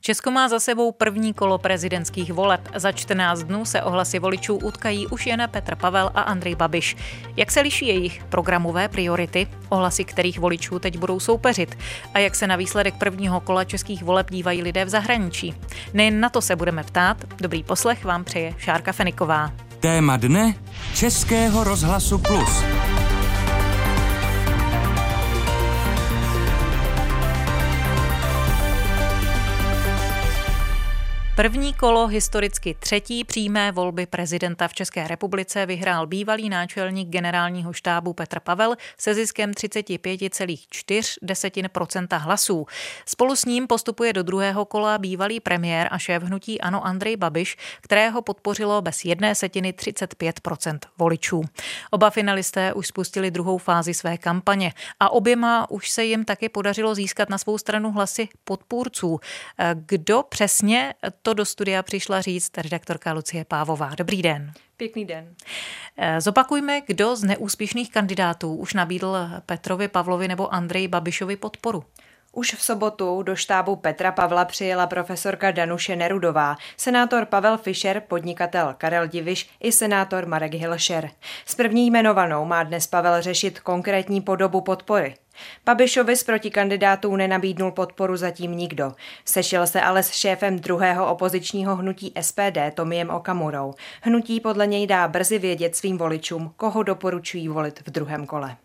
Česko má za sebou první kolo prezidentských voleb. Za 14 dnů se o hlasy voličů utkají už jen Petr Pavel a Andrej Babiš. Jak se liší jejich programové priority, o hlasy kterých voličů teď budou soupeřit a jak se na výsledek prvního kola českých voleb dívají lidé v zahraničí? Nejen na to se budeme ptát. Dobrý poslech vám přeje Šárka Feniková. Téma dne Českého rozhlasu Plus. První kolo historicky třetí přímé volby prezidenta v České republice vyhrál bývalý náčelník generálního štábu Petr Pavel se ziskem 35,4% hlasů. Spolu s ním postupuje do druhého kola bývalý premiér a šéf hnutí ANO Andrej Babiš, kterého podpořilo bez 1/7 35% voličů. Oba finalisté už spustili druhou fázi své kampaně a oběma už se jim taky podařilo získat na svou stranu hlasy podpůrců. Kdo přesně, to do studia přišla říct redaktorka Lucie Pávová. Dobrý den. Pěkný den. Zopakujme, kdo z neúspěšných kandidátů už nabídl Petrovi Pavlovi nebo Andreji Babišovi podporu. Už v sobotu do štábu Petra Pavla přijela profesorka Danuše Nerudová, senátor Pavel Fischer, podnikatel Karel Diviš i senátor Marek Hilšer. S první jmenovanou má dnes Pavel řešit konkrétní podobu podpory. Babišovi z protikandidátů nenabídnul podporu zatím nikdo. Sešel se ale s šéfem druhého opozičního hnutí SPD Tomiem Okamurou. Hnutí podle něj dá brzy vědět svým voličům, koho doporučují volit v druhém kole.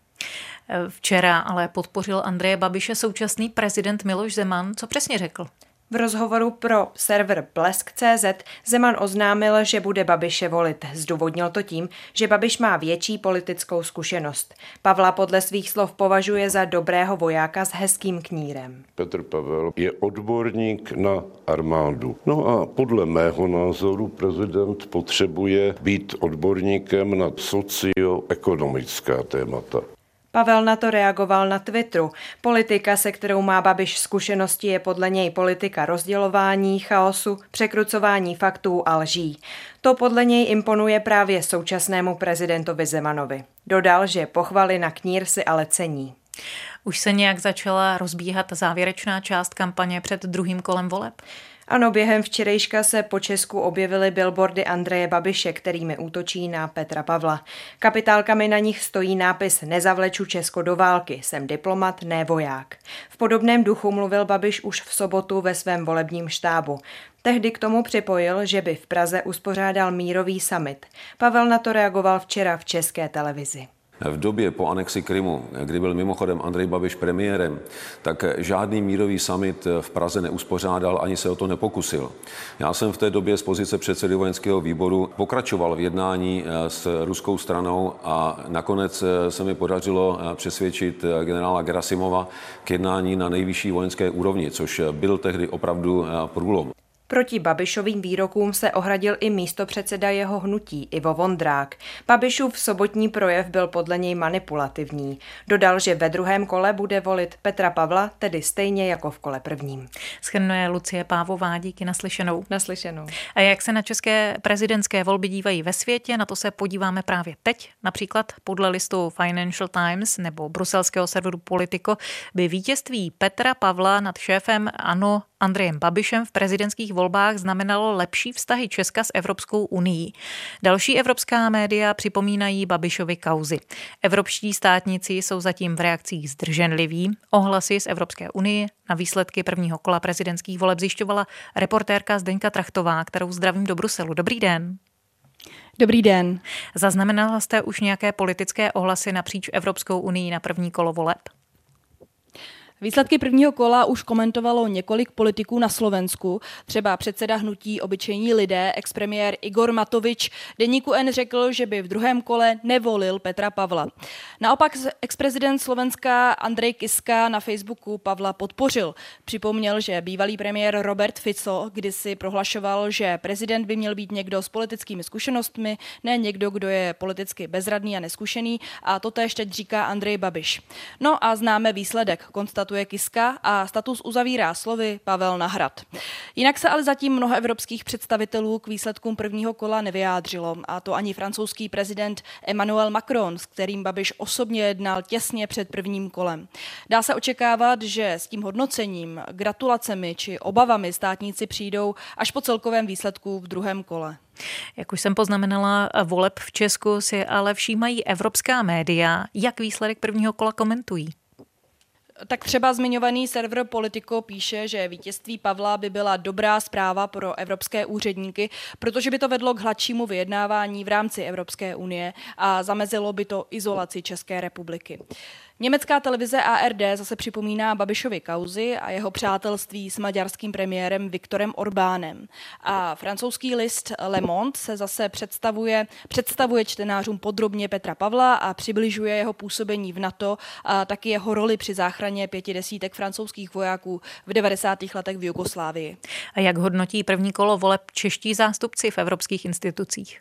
Včera ale podpořil Andreje Babiše současný prezident Miloš Zeman. Co přesně řekl? V rozhovoru pro server Blesk.cz Zeman oznámil, že bude Babiše volit. Zdůvodnil to tím, že Babiš má větší politickou zkušenost. Pavla podle svých slov považuje za dobrého vojáka s hezkým knírem. Petr Pavel je odborník na armádu. No a podle mého názoru prezident potřebuje být odborníkem na socioekonomická témata. Pavel na to reagoval na Twitteru. Politika, se kterou má Babiš zkušenosti, je podle něj politika rozdělování, chaosu, překrucování faktů a lží. To podle něj imponuje právě současnému prezidentovi Zemanovi. Dodal, že pochvaly na knír si ale cení. Už se nějak začala rozbíhat závěrečná část kampaně před druhým kolem voleb? Ano, během včerejška se po Česku objevily billboardy Andreje Babiše, kterými útočí na Petra Pavla. Kapitálkami na nich stojí nápis Nezavleču Česko do války, jsem diplomat, ne voják. V podobném duchu mluvil Babiš už v sobotu ve svém volebním štábu. Tehdy k tomu připojil, že by v Praze uspořádal mírový summit. Pavel na to reagoval včera v České televizi. V době po anexi Krymu, kdy byl mimochodem Andrej Babiš premiérem, tak žádný mírový summit v Praze neuspořádal, ani se o to nepokusil. Já jsem v té době z pozice předsedy vojenského výboru pokračoval v jednání s ruskou stranou a nakonec se mi podařilo přesvědčit generála Gerasimova k jednání na nejvyšší vojenské úrovni, což byl tehdy opravdu průlom. Proti Babišovým výrokům se ohradil i místopředseda jeho hnutí Ivo Vondrák. Babišův sobotní projev byl podle něj manipulativní. Dodal, že ve druhém kole bude volit Petra Pavla, tedy stejně jako v kole prvním. Shrnuje Lucie Pávová, díky naslyšenou. Naslyšenou. A jak se na české prezidentské volby dívají ve světě, na to se podíváme právě teď. Například podle listu Financial Times nebo bruselského serveru Politico by vítězství Petra Pavla nad šéfem ANO Andrejem Babišem v prezidentských volbách znamenalo lepší vztahy Česka s Evropskou unií. Další evropská média připomínají Babišovy kauzy. Evropští státníci jsou zatím v reakcích zdrženliví. Ohlasy z Evropské unie na výsledky prvního kola prezidentských voleb zjišťovala reportérka Zdeňka Trachtová, kterou zdravím do Bruselu. Dobrý den. Dobrý den. Zaznamenala jste už nějaké politické ohlasy napříč Evropskou unii na první kolo voleb? Výsledky prvního kola už komentovalo několik politiků na Slovensku, třeba předseda hnutí Obyčejní lidé, expremiér Igor Matovič, deníku N řekl, že by v druhém kole nevolil Petra Pavla. Naopak exprezident Slovenska Andrej Kiska na Facebooku Pavla podpořil. Připomněl, že bývalý premiér Robert Fico kdysi prohlašoval, že prezident by měl být někdo s politickými zkušenostmi, ne někdo, kdo je politicky bezradný a neskušený, a to též teď říká Andrej Babiš. No a známe výsledek, konstatuje konstatuje Kiska a status uzavírá slovy Pavel Nahrad. Jinak se ale zatím mnoho evropských představitelů k výsledkům prvního kola nevyjádřilo, a to ani francouzský prezident Emmanuel Macron, s kterým Babiš osobně jednal těsně před prvním kolem. Dá se očekávat, že s tím hodnocením, gratulacemi či obavami státníci přijdou až po celkovém výsledku v druhém kole. Jak už jsem poznamenala, voleb v Česku si ale všímají evropská média. Jak výsledek prvního kola komentují? Tak třeba zmiňovaný server Politico píše, že vítězství Pavla by byla dobrá zpráva pro evropské úředníky, protože by to vedlo k hladšímu vyjednávání v rámci Evropské unie a zamezilo by to izolaci České republiky. Německá televize ARD zase připomíná Babišovy kauzy a jeho přátelství s maďarským premiérem Viktorem Orbánem. A francouzský list Le Monde se zase představuje čtenářům podrobně Petra Pavla a přibližuje jeho působení v NATO a taky jeho roli při záchraně 500 francouzských vojáků v 90. letech v Jugoslávii. A jak hodnotí první kolo voleb čeští zástupci v evropských institucích?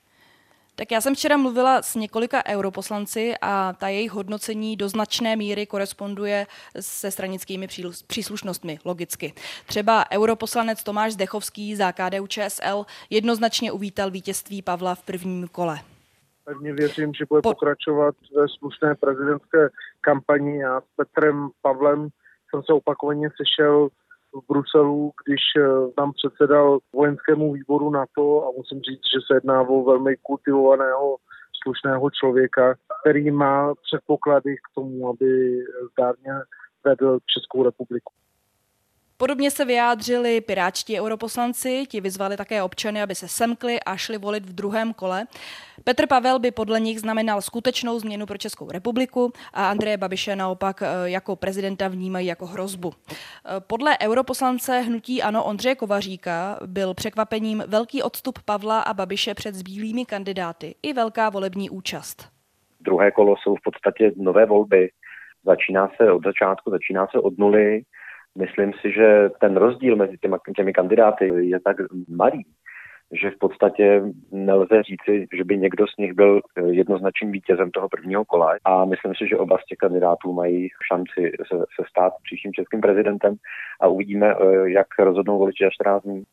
Tak já jsem včera mluvila s několika europoslanci a ta jejich hodnocení do značné míry koresponduje se stranickými příslušnostmi, logicky. Třeba europoslanec Tomáš Zdechovský za KDU-ČSL jednoznačně uvítal vítězství Pavla v prvním kole. Pevně věřím, že bude pokračovat ve slušné prezidentské kampani. Já s Petrem Pavlem jsem se opakovaně sešel v Bruselu, když tam předsedal vojenskému výboru NATO a musím říct, že se jedná o velmi kultivovaného, slušného člověka, který má předpoklady k tomu, aby zdárně vedl Českou republiku. Podobně se vyjádřili pirátští europoslanci, ti vyzvali také občany, aby se semkli a šli volit v druhém kole. Petr Pavel by podle nich znamenal skutečnou změnu pro Českou republiku a Andreje Babiše naopak jako prezidenta vnímají jako hrozbu. Podle europoslance hnutí ANO Ondřeje Kovaříka byl překvapením velký odstup Pavla a Babiše před zbýlými kandidáty i velká volební účast. Druhé kolo jsou v podstatě nové volby. Začíná se od začátku, začíná se od nuly. Myslím si, že ten rozdíl mezi těmi kandidáty je tak malý, že v podstatě nelze říci, že by někdo z nich byl jednoznačným vítězem toho prvního kola. A myslím si, že oba z těch kandidátů mají šanci se stát příštím českým prezidentem a uvidíme, jak rozhodnou voliči za 14 dní.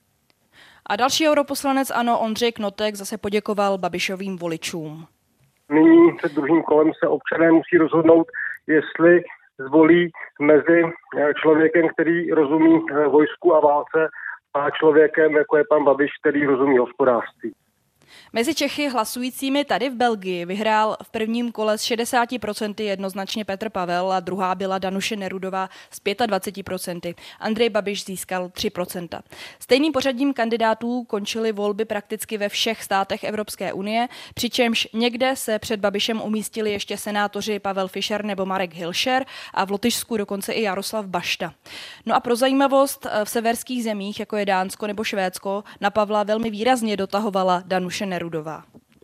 A další europoslanec ANO Ondřej Knotek zase poděkoval Babišovým voličům. Nyní před druhým kolem se občané musí rozhodnout, jestli zvolí mezi člověkem, který rozumí vojsku a válce, a člověkem, jako je pan Babiš, který rozumí hospodářství. Mezi Čechy hlasujícími tady v Belgii vyhrál v prvním kole s 60% jednoznačně Petr Pavel a druhá byla Danuše Nerudová s 25%. Andrej Babiš získal 3%. Stejným pořadím kandidátů končily volby prakticky ve všech státech Evropské unie, přičemž někde se před Babišem umístili ještě senátoři Pavel Fischer nebo Marek Hilšer a v Lotyšsku dokonce i Jaroslav Bašta. No a pro zajímavost, v severských zemích, jako je Dánsko nebo Švédsko, na Pavla velmi výrazně dotahovala Danuše Nerudová.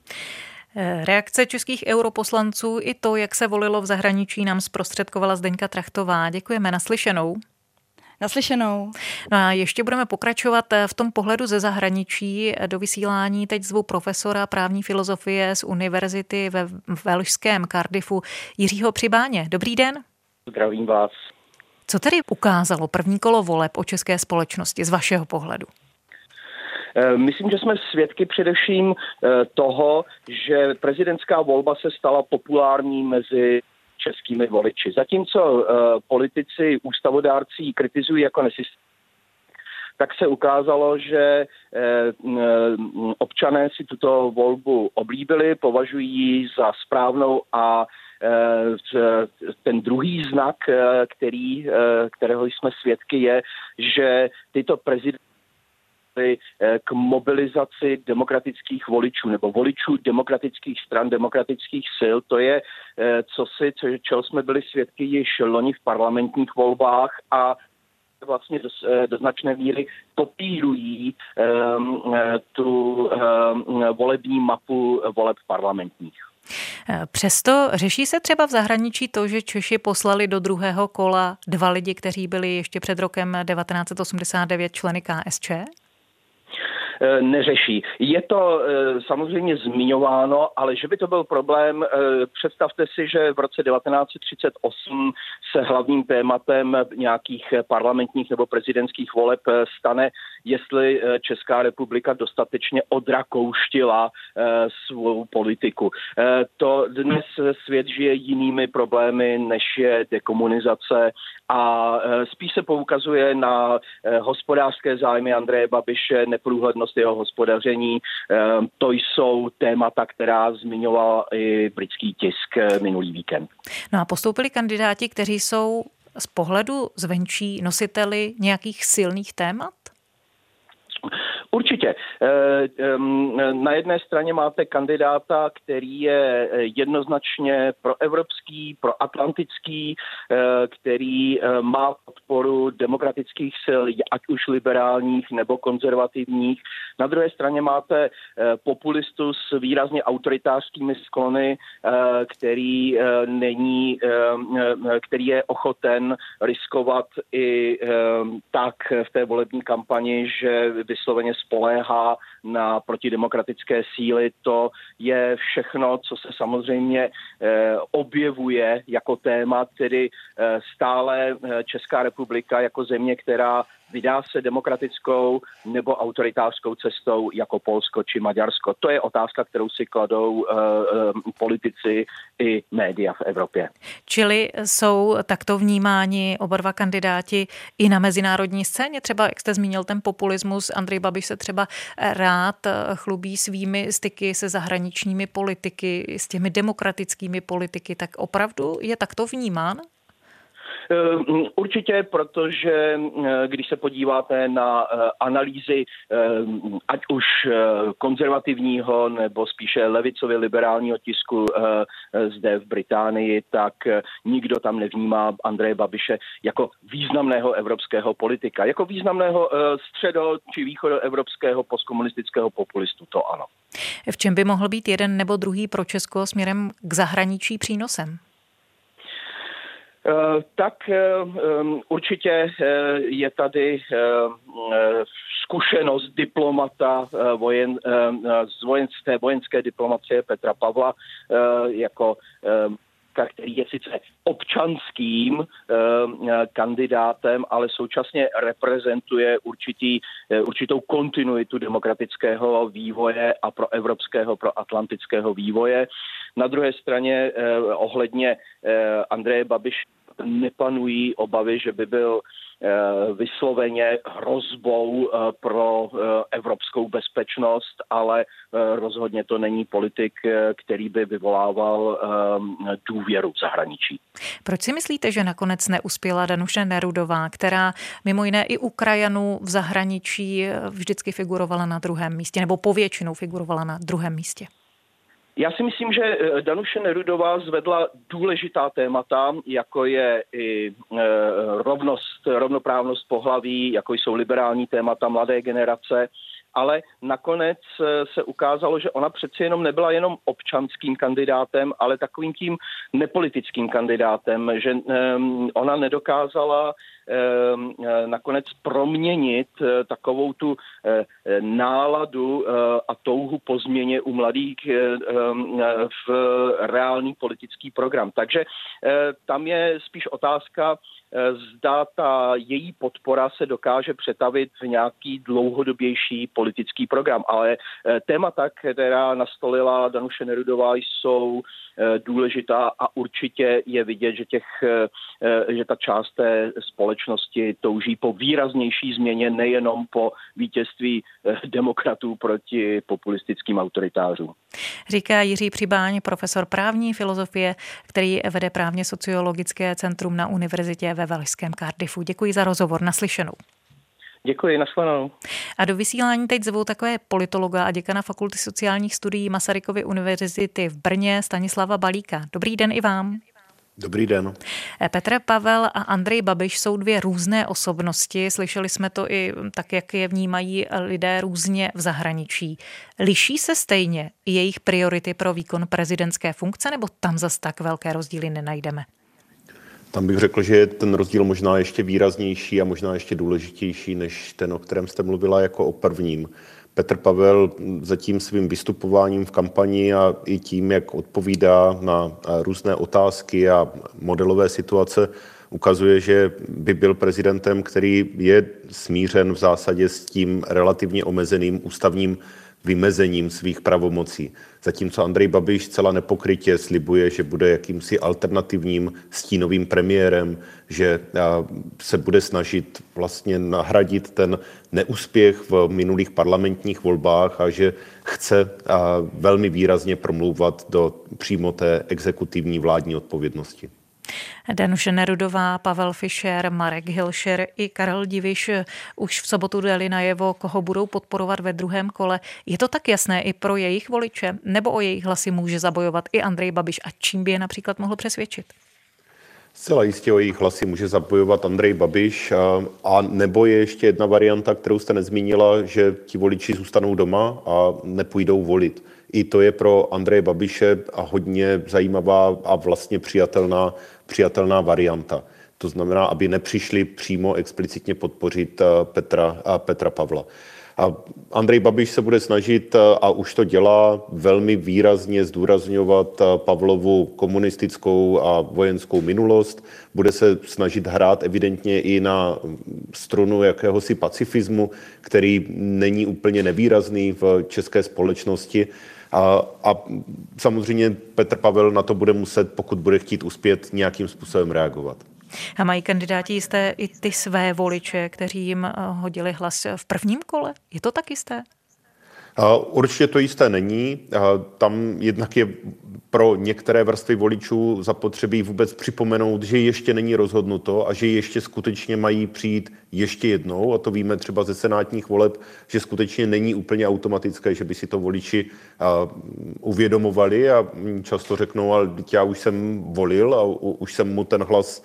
Reakce českých europoslanců i to, jak se volilo v zahraničí, nám zprostředkovala Zdeňka Trachtová. Děkujeme, naslyšenou. Naslyšenou. No a ještě budeme pokračovat v tom pohledu ze zahraničí. Do vysílání teď zvu profesora právní filozofie z univerzity ve velšském Cardiffu Jiřího Přibáně. Dobrý den. Zdravím vás. Co tedy ukázalo první kolo voleb o české společnosti z vašeho pohledu? Myslím, že jsme svědky především toho, že prezidentská volba se stala populární mezi českými voliči. Zatímco politici, ústavodárci ji kritizují jako nesystémovou, tak se ukázalo, že občané si tuto volbu oblíbili, považují ji za správnou a ten druhý znak, kterého jsme svědky, je, že tyto prezidenti k mobilizaci demokratických voličů nebo voličů demokratických stran, demokratických sil. To je čeho jsme byli svědky již loni v parlamentních volbách a vlastně do značné míry kopírují tu volební mapu voleb parlamentních. Přesto řeší se třeba v zahraničí to, že Češi poslali do druhého kola 2 lidi, kteří byli ještě před rokem 1989 členy KSČ? neřeší. Je to samozřejmě zmiňováno, ale že by to byl problém, představte si, že v roce 1938 se hlavním tématem nějakých parlamentních nebo prezidentských voleb stane, jestli Česká republika dostatečně odrakouštila svou politiku. To dnes svět žije jinými problémy, než je dekomunizace a spíš se poukazuje na hospodářské zájmy Andreje Babiše, neprůhlednost jeho hospodaření. To jsou témata, která zmiňoval i britský tisk minulý víkend. No a postoupili kandidáti, kteří jsou z pohledu zvenčí nositeli nějakých silných témat? Určitě. Na jedné straně máte kandidáta, který je jednoznačně proevropský, proatlantický, který má podporu demokratických sil, ať už liberálních nebo konzervativních. Na druhé straně máte populistu s výrazně autoritářskými sklony, který je ochoten riskovat i tak v té volební kampani, že vysloveně spoléhá na protidemokratické síly. To je všechno, co se samozřejmě objevuje jako téma, tedy stále Česká republika jako země, která vydá se demokratickou nebo autoritářskou cestou jako Polsko či Maďarsko. To je otázka, kterou si kladou politici i média v Evropě. Čili jsou takto vnímáni oba dva kandidáti i na mezinárodní scéně? Třeba, jak jste zmínil ten populismus, Andrej Babiš se třeba rád chlubí svými styky se zahraničními politiky, s těmi demokratickými politiky, tak opravdu je takto vnímán? Určitě, protože když se podíváte na analýzy ať už konzervativního nebo spíše levicově liberálního tisku zde v Británii, tak nikdo tam nevnímá Andreje Babiše jako významného evropského politika, jako významného středo- či východoevropského postkomunistického populistu, to ano. V čem by mohl být jeden nebo druhý pro Česko směrem k zahraničí přínosem? Tak určitě je tady zkušenost diplomata z vojenské diplomacie Petra Pavla jako který je sice občanským kandidátem, ale současně reprezentuje určitou kontinuitu demokratického vývoje a proatlantického vývoje. Na druhé straně ohledně Andreje Babiše nepanují obavy, že by byl vysloveně hrozbou pro evropskou bezpečnost, ale rozhodně to není politik, který by vyvolával důvěru v zahraničí. Proč si myslíte, že nakonec neuspěla Danuše Nerudová, která mimo jiné i u krajanů v zahraničí vždycky figurovala na druhém místě, nebo povětšinou figurovala na druhém místě? Já si myslím, že Danuše Nerudová zvedla důležitá témata, jako je i rovnoprávnost pohlaví, jako jsou liberální témata mladé generace, ale nakonec se ukázalo, že ona přeci jenom nebyla jenom občanským kandidátem, ale takovým tím nepolitickým kandidátem, že ona nedokázala nakonec proměnit takovou tu náladu a touhu po změně u mladých v reálný politický program. Takže tam je spíš otázka, zda ta její podpora se dokáže přetavit v nějaký dlouhodobější politický program. Ale témata, která nastolila Danuše Nerudová, jsou důležitá a určitě je vidět, že ta část té společnosti touží po výraznější změně, nejenom po vítězství demokratů proti populistickým autoritářům. Říká Jiří Přibáň, profesor právní filozofie, který vede právně sociologické centrum na univerzitě ve velšském Cardiffu. Děkuji za rozhovor, naslyšenou. Děkuji, nashledanou. A do vysílání teď zvou takové politologa a děkana Fakulty sociálních studií Masarykovy univerzity v Brně Stanislava Balíka. Dobrý den i vám. Dobrý den. Petr Pavel a Andrej Babiš jsou dvě různé osobnosti. Slyšeli jsme to i tak, jak je vnímají lidé různě v zahraničí. Liší se stejně jejich priority pro výkon prezidentské funkce, nebo tam zas tak velké rozdíly nenajdeme? Tam bych řekl, že je ten rozdíl možná ještě výraznější a možná ještě důležitější než ten, o kterém jste mluvila jako o prvním. Petr Pavel zatím svým vystupováním v kampani a i tím, jak odpovídá na různé otázky a modelové situace, ukazuje, že by byl prezidentem, který je smířen v zásadě s tím relativně omezeným ústavním vymezením svých pravomocí. Zatímco Andrej Babiš zcela nepokrytě slibuje, že bude jakýmsi alternativním stínovým premiérem, že se bude snažit vlastně nahradit ten neúspěch v minulých parlamentních volbách a že chce velmi výrazně promlouvat do přímo té exekutivní vládní odpovědnosti. Danuše Nerudová, Pavel Fischer, Marek Hilšer i Karel Diviš už v sobotu dali najevo, koho budou podporovat ve druhém kole. Je to tak jasné i pro jejich voliče? Nebo o jejich hlasy může zabojovat i Andrej Babiš? A čím by je například mohl přesvědčit? Zcela jistě o jejich hlasy může zabojovat Andrej Babiš a nebo je ještě jedna varianta, kterou jste nezmínila, že ti voliči zůstanou doma a nepůjdou volit. I to je pro Andreje Babiše a hodně zajímavá a vlastně přijatelná varianta. To znamená, aby nepřišli přímo explicitně podpořit Petra Pavla. A Andrej Babiš se bude snažit, a už to dělá, velmi výrazně zdůrazňovat Pavlovu komunistickou a vojenskou minulost. Bude se snažit hrát evidentně i na strunu jakéhosi pacifismu, který není úplně nevýrazný v české společnosti. A samozřejmě Petr Pavel na to bude muset, pokud bude chtít uspět, nějakým způsobem reagovat. A mají kandidáti jisté i ty své voliče, kteří jim hodili hlas v prvním kole? Je to tak jisté? Určitě to jisté není. Tam jednak je pro některé vrstvy voličů zapotřebí vůbec připomenout, že ještě není rozhodnuto a že ještě skutečně mají přijít ještě jednou. A to víme třeba ze senátních voleb, že skutečně není úplně automatické, že by si to voliči uvědomovali a často řeknou, ale já už jsem volil a už jsem mu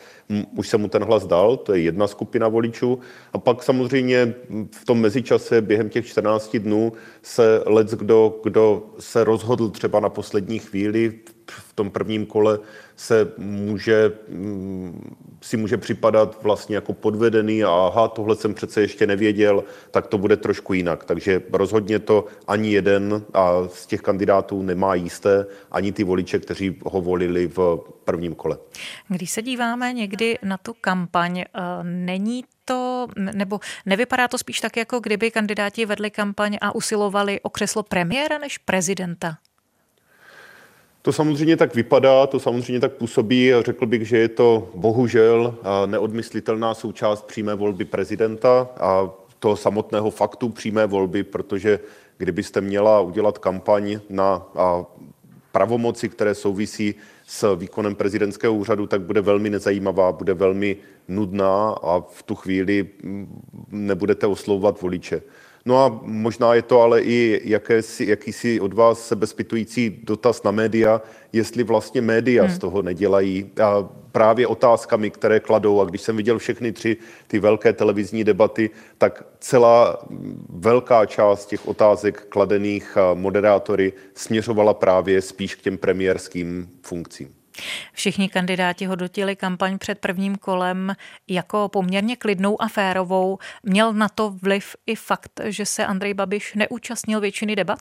ten hlas dal. To je jedna skupina voličů. A pak samozřejmě v tom mezičase během těch 14 dnů se kdo se rozhodl třeba na poslední chvíli v tom prvním kole si může připadat vlastně jako podvedený a aha, tohle jsem přece ještě nevěděl, tak to bude trošku jinak. Takže rozhodně to ani jeden z těch kandidátů nemá jisté, ani ty voliče, kteří ho volili v prvním kole. Když se díváme někdy na tu kampaň, není to, nebo nevypadá to spíš tak, jako kdyby kandidáti vedli kampaň a usilovali o křeslo premiéra než prezidenta? To samozřejmě tak vypadá, to samozřejmě tak působí a řekl bych, že je to bohužel neodmyslitelná součást přímé volby prezidenta a toho samotného faktu přímé volby, protože kdybyste měla udělat kampaň na pravomoci, které souvisí s výkonem prezidentského úřadu, tak bude velmi nezajímavá, bude velmi nudná a v tu chvíli nebudete oslovovat voliče. No a možná je to ale i jakýsi od vás sebezpitující dotaz na média, jestli vlastně média z toho nedělají právě otázkami, které kladou. A když jsem viděl všechny 3 ty velké televizní debaty, tak celá velká část těch otázek kladených moderátory směřovala právě spíš k těm premiérským funkcím. Všichni kandidáti hodnotili kampaň před prvním kolem jako poměrně klidnou a férovou. Měl na to vliv i fakt, že se Andrej Babiš neúčastnil většiny debat?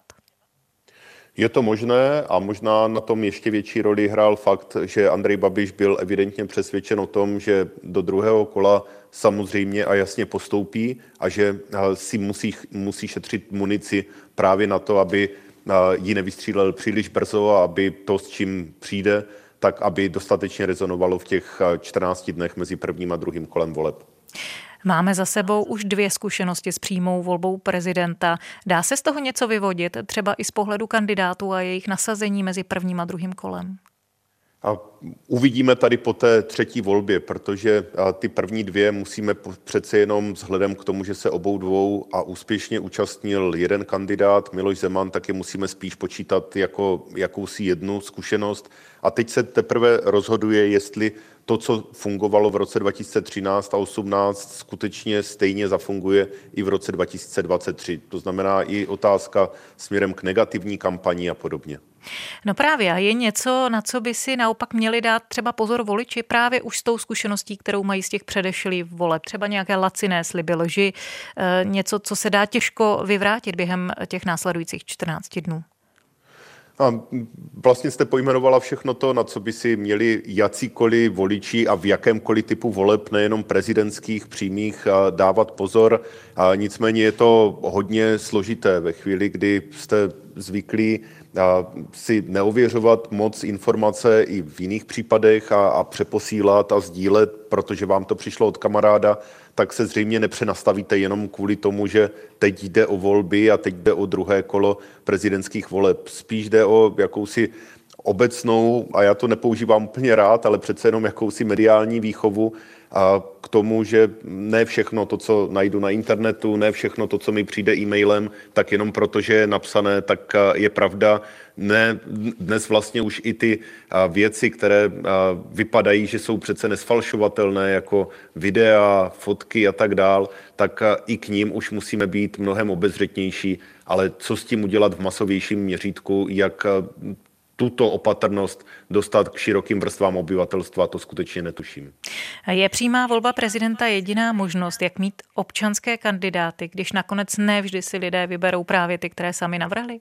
Je to možné a možná na tom ještě větší roli hrál fakt, že Andrej Babiš byl evidentně přesvědčen o tom, že do druhého kola samozřejmě a jasně postoupí a že si musí šetřit munici právě na to, aby ji nevystřílel příliš brzo a aby to, s čím přijde, tak aby dostatečně rezonovalo v těch 14 dnech mezi prvním a druhým kolem voleb. Máme za sebou už 2 zkušenosti s přímou volbou prezidenta. Dá se z toho něco vyvodit, třeba i z pohledu kandidátů a jejich nasazení mezi prvním a druhým kolem? A uvidíme tady po té 3. volbě, protože ty první 2 musíme přece jenom vzhledem k tomu, že se obou dvou a úspěšně účastnil jeden kandidát, Miloš Zeman, tak je musíme spíš počítat jako jakousi jednu zkušenost. A teď se teprve rozhoduje, jestli to, co fungovalo v roce 2013 a 2018, skutečně stejně zafunguje i v roce 2023. To znamená i otázka směrem k negativní kampani a podobně. No právě, a je něco, na co by si naopak měli dát třeba pozor voliči právě už s tou zkušeností, kterou mají z těch předešlých voleb. Třeba nějaké laciné sliby, lži, něco, co se dá těžko vyvrátit během těch následujících 14 dnů. A vlastně jste pojmenovala všechno to, na co by si měli jakýkoliv voliči a v jakémkoliv typu voleb, nejenom prezidentských, přímých, dávat pozor. A nicméně je to hodně složité ve chvíli, kdy jste zvyklí si neověřovat moc informace i v jiných případech a přeposílat a sdílet, protože vám to přišlo od kamaráda, tak se zřejmě nepřenastavíte jenom kvůli tomu, že teď jde o volby a teď jde o druhé kolo prezidentských voleb. Spíš jde o jakousi obecnou, a já to nepoužívám úplně rád, ale přece jenom jakousi mediální výchovu a k tomu, že ne všechno to, co najdu na internetu, ne všechno to, co mi přijde e-mailem, tak jenom protože je napsané, tak je pravda. Ne, dnes vlastně už i ty věci, které vypadají, že jsou přece nesfalšovatelné, jako videa, fotky a tak dál, tak i k ním už musíme být mnohem obezřetnější. Ale co s tím udělat v masovějším měřítku, jak tuto opatrnost dostat k širokým vrstvám obyvatelstva, to skutečně netuším. Je přímá volba prezidenta jediná možnost, jak mít občanské kandidáty, když nakonec ne vždy si lidé vyberou právě ty, které sami navrhli?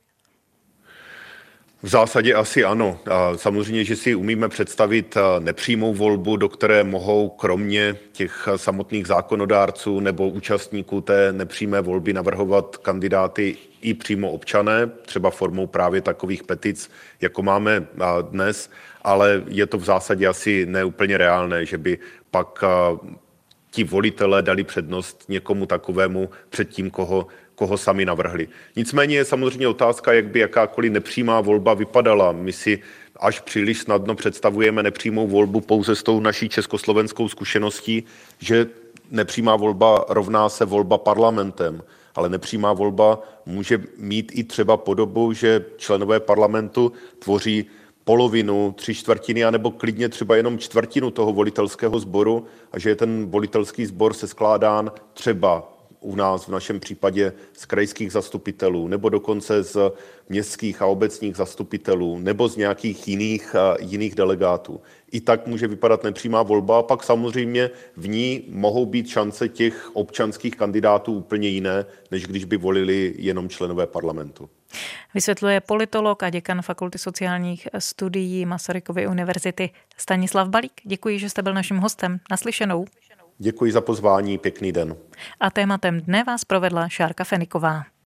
V zásadě asi ano. Samozřejmě, že si umíme představit nepřímou volbu, do které mohou kromě těch samotných zákonodárců nebo účastníků té nepřímé volby navrhovat kandidáty i přímo občané, třeba formou právě takových petic, jako máme dnes, ale je to v zásadě asi neúplně reálné, že by pak ti volitelé dali přednost někomu takovému před tím, koho sami navrhli. Nicméně je samozřejmě otázka, jak by jakákoliv nepřímá volba vypadala. My si až příliš snadno představujeme nepřímou volbu pouze s tou naší československou zkušeností, že nepřímá volba rovná se volba parlamentem. Ale nepřímá volba může mít i třeba podobu, že členové parlamentu tvoří polovinu, 3/4, anebo klidně třeba jenom čtvrtinu toho volitelského sboru a že je ten volitelský sbor seskládán třeba u nás v našem případě z krajských zastupitelů nebo dokonce z městských a obecních zastupitelů nebo z nějakých jiných delegátů. I tak může vypadat nepřímá volba a pak samozřejmě v ní mohou být šance těch občanských kandidátů úplně jiné, než když by volili jenom členové parlamentu. Vysvětluje politolog a děkan Fakulty sociálních studií Masarykovy univerzity Stanislav Balík. Děkuji, že jste byl naším hostem. Naslyšenou. Děkuji za pozvání, pěkný den. A tématem dne vás provedla Šárka Feniková.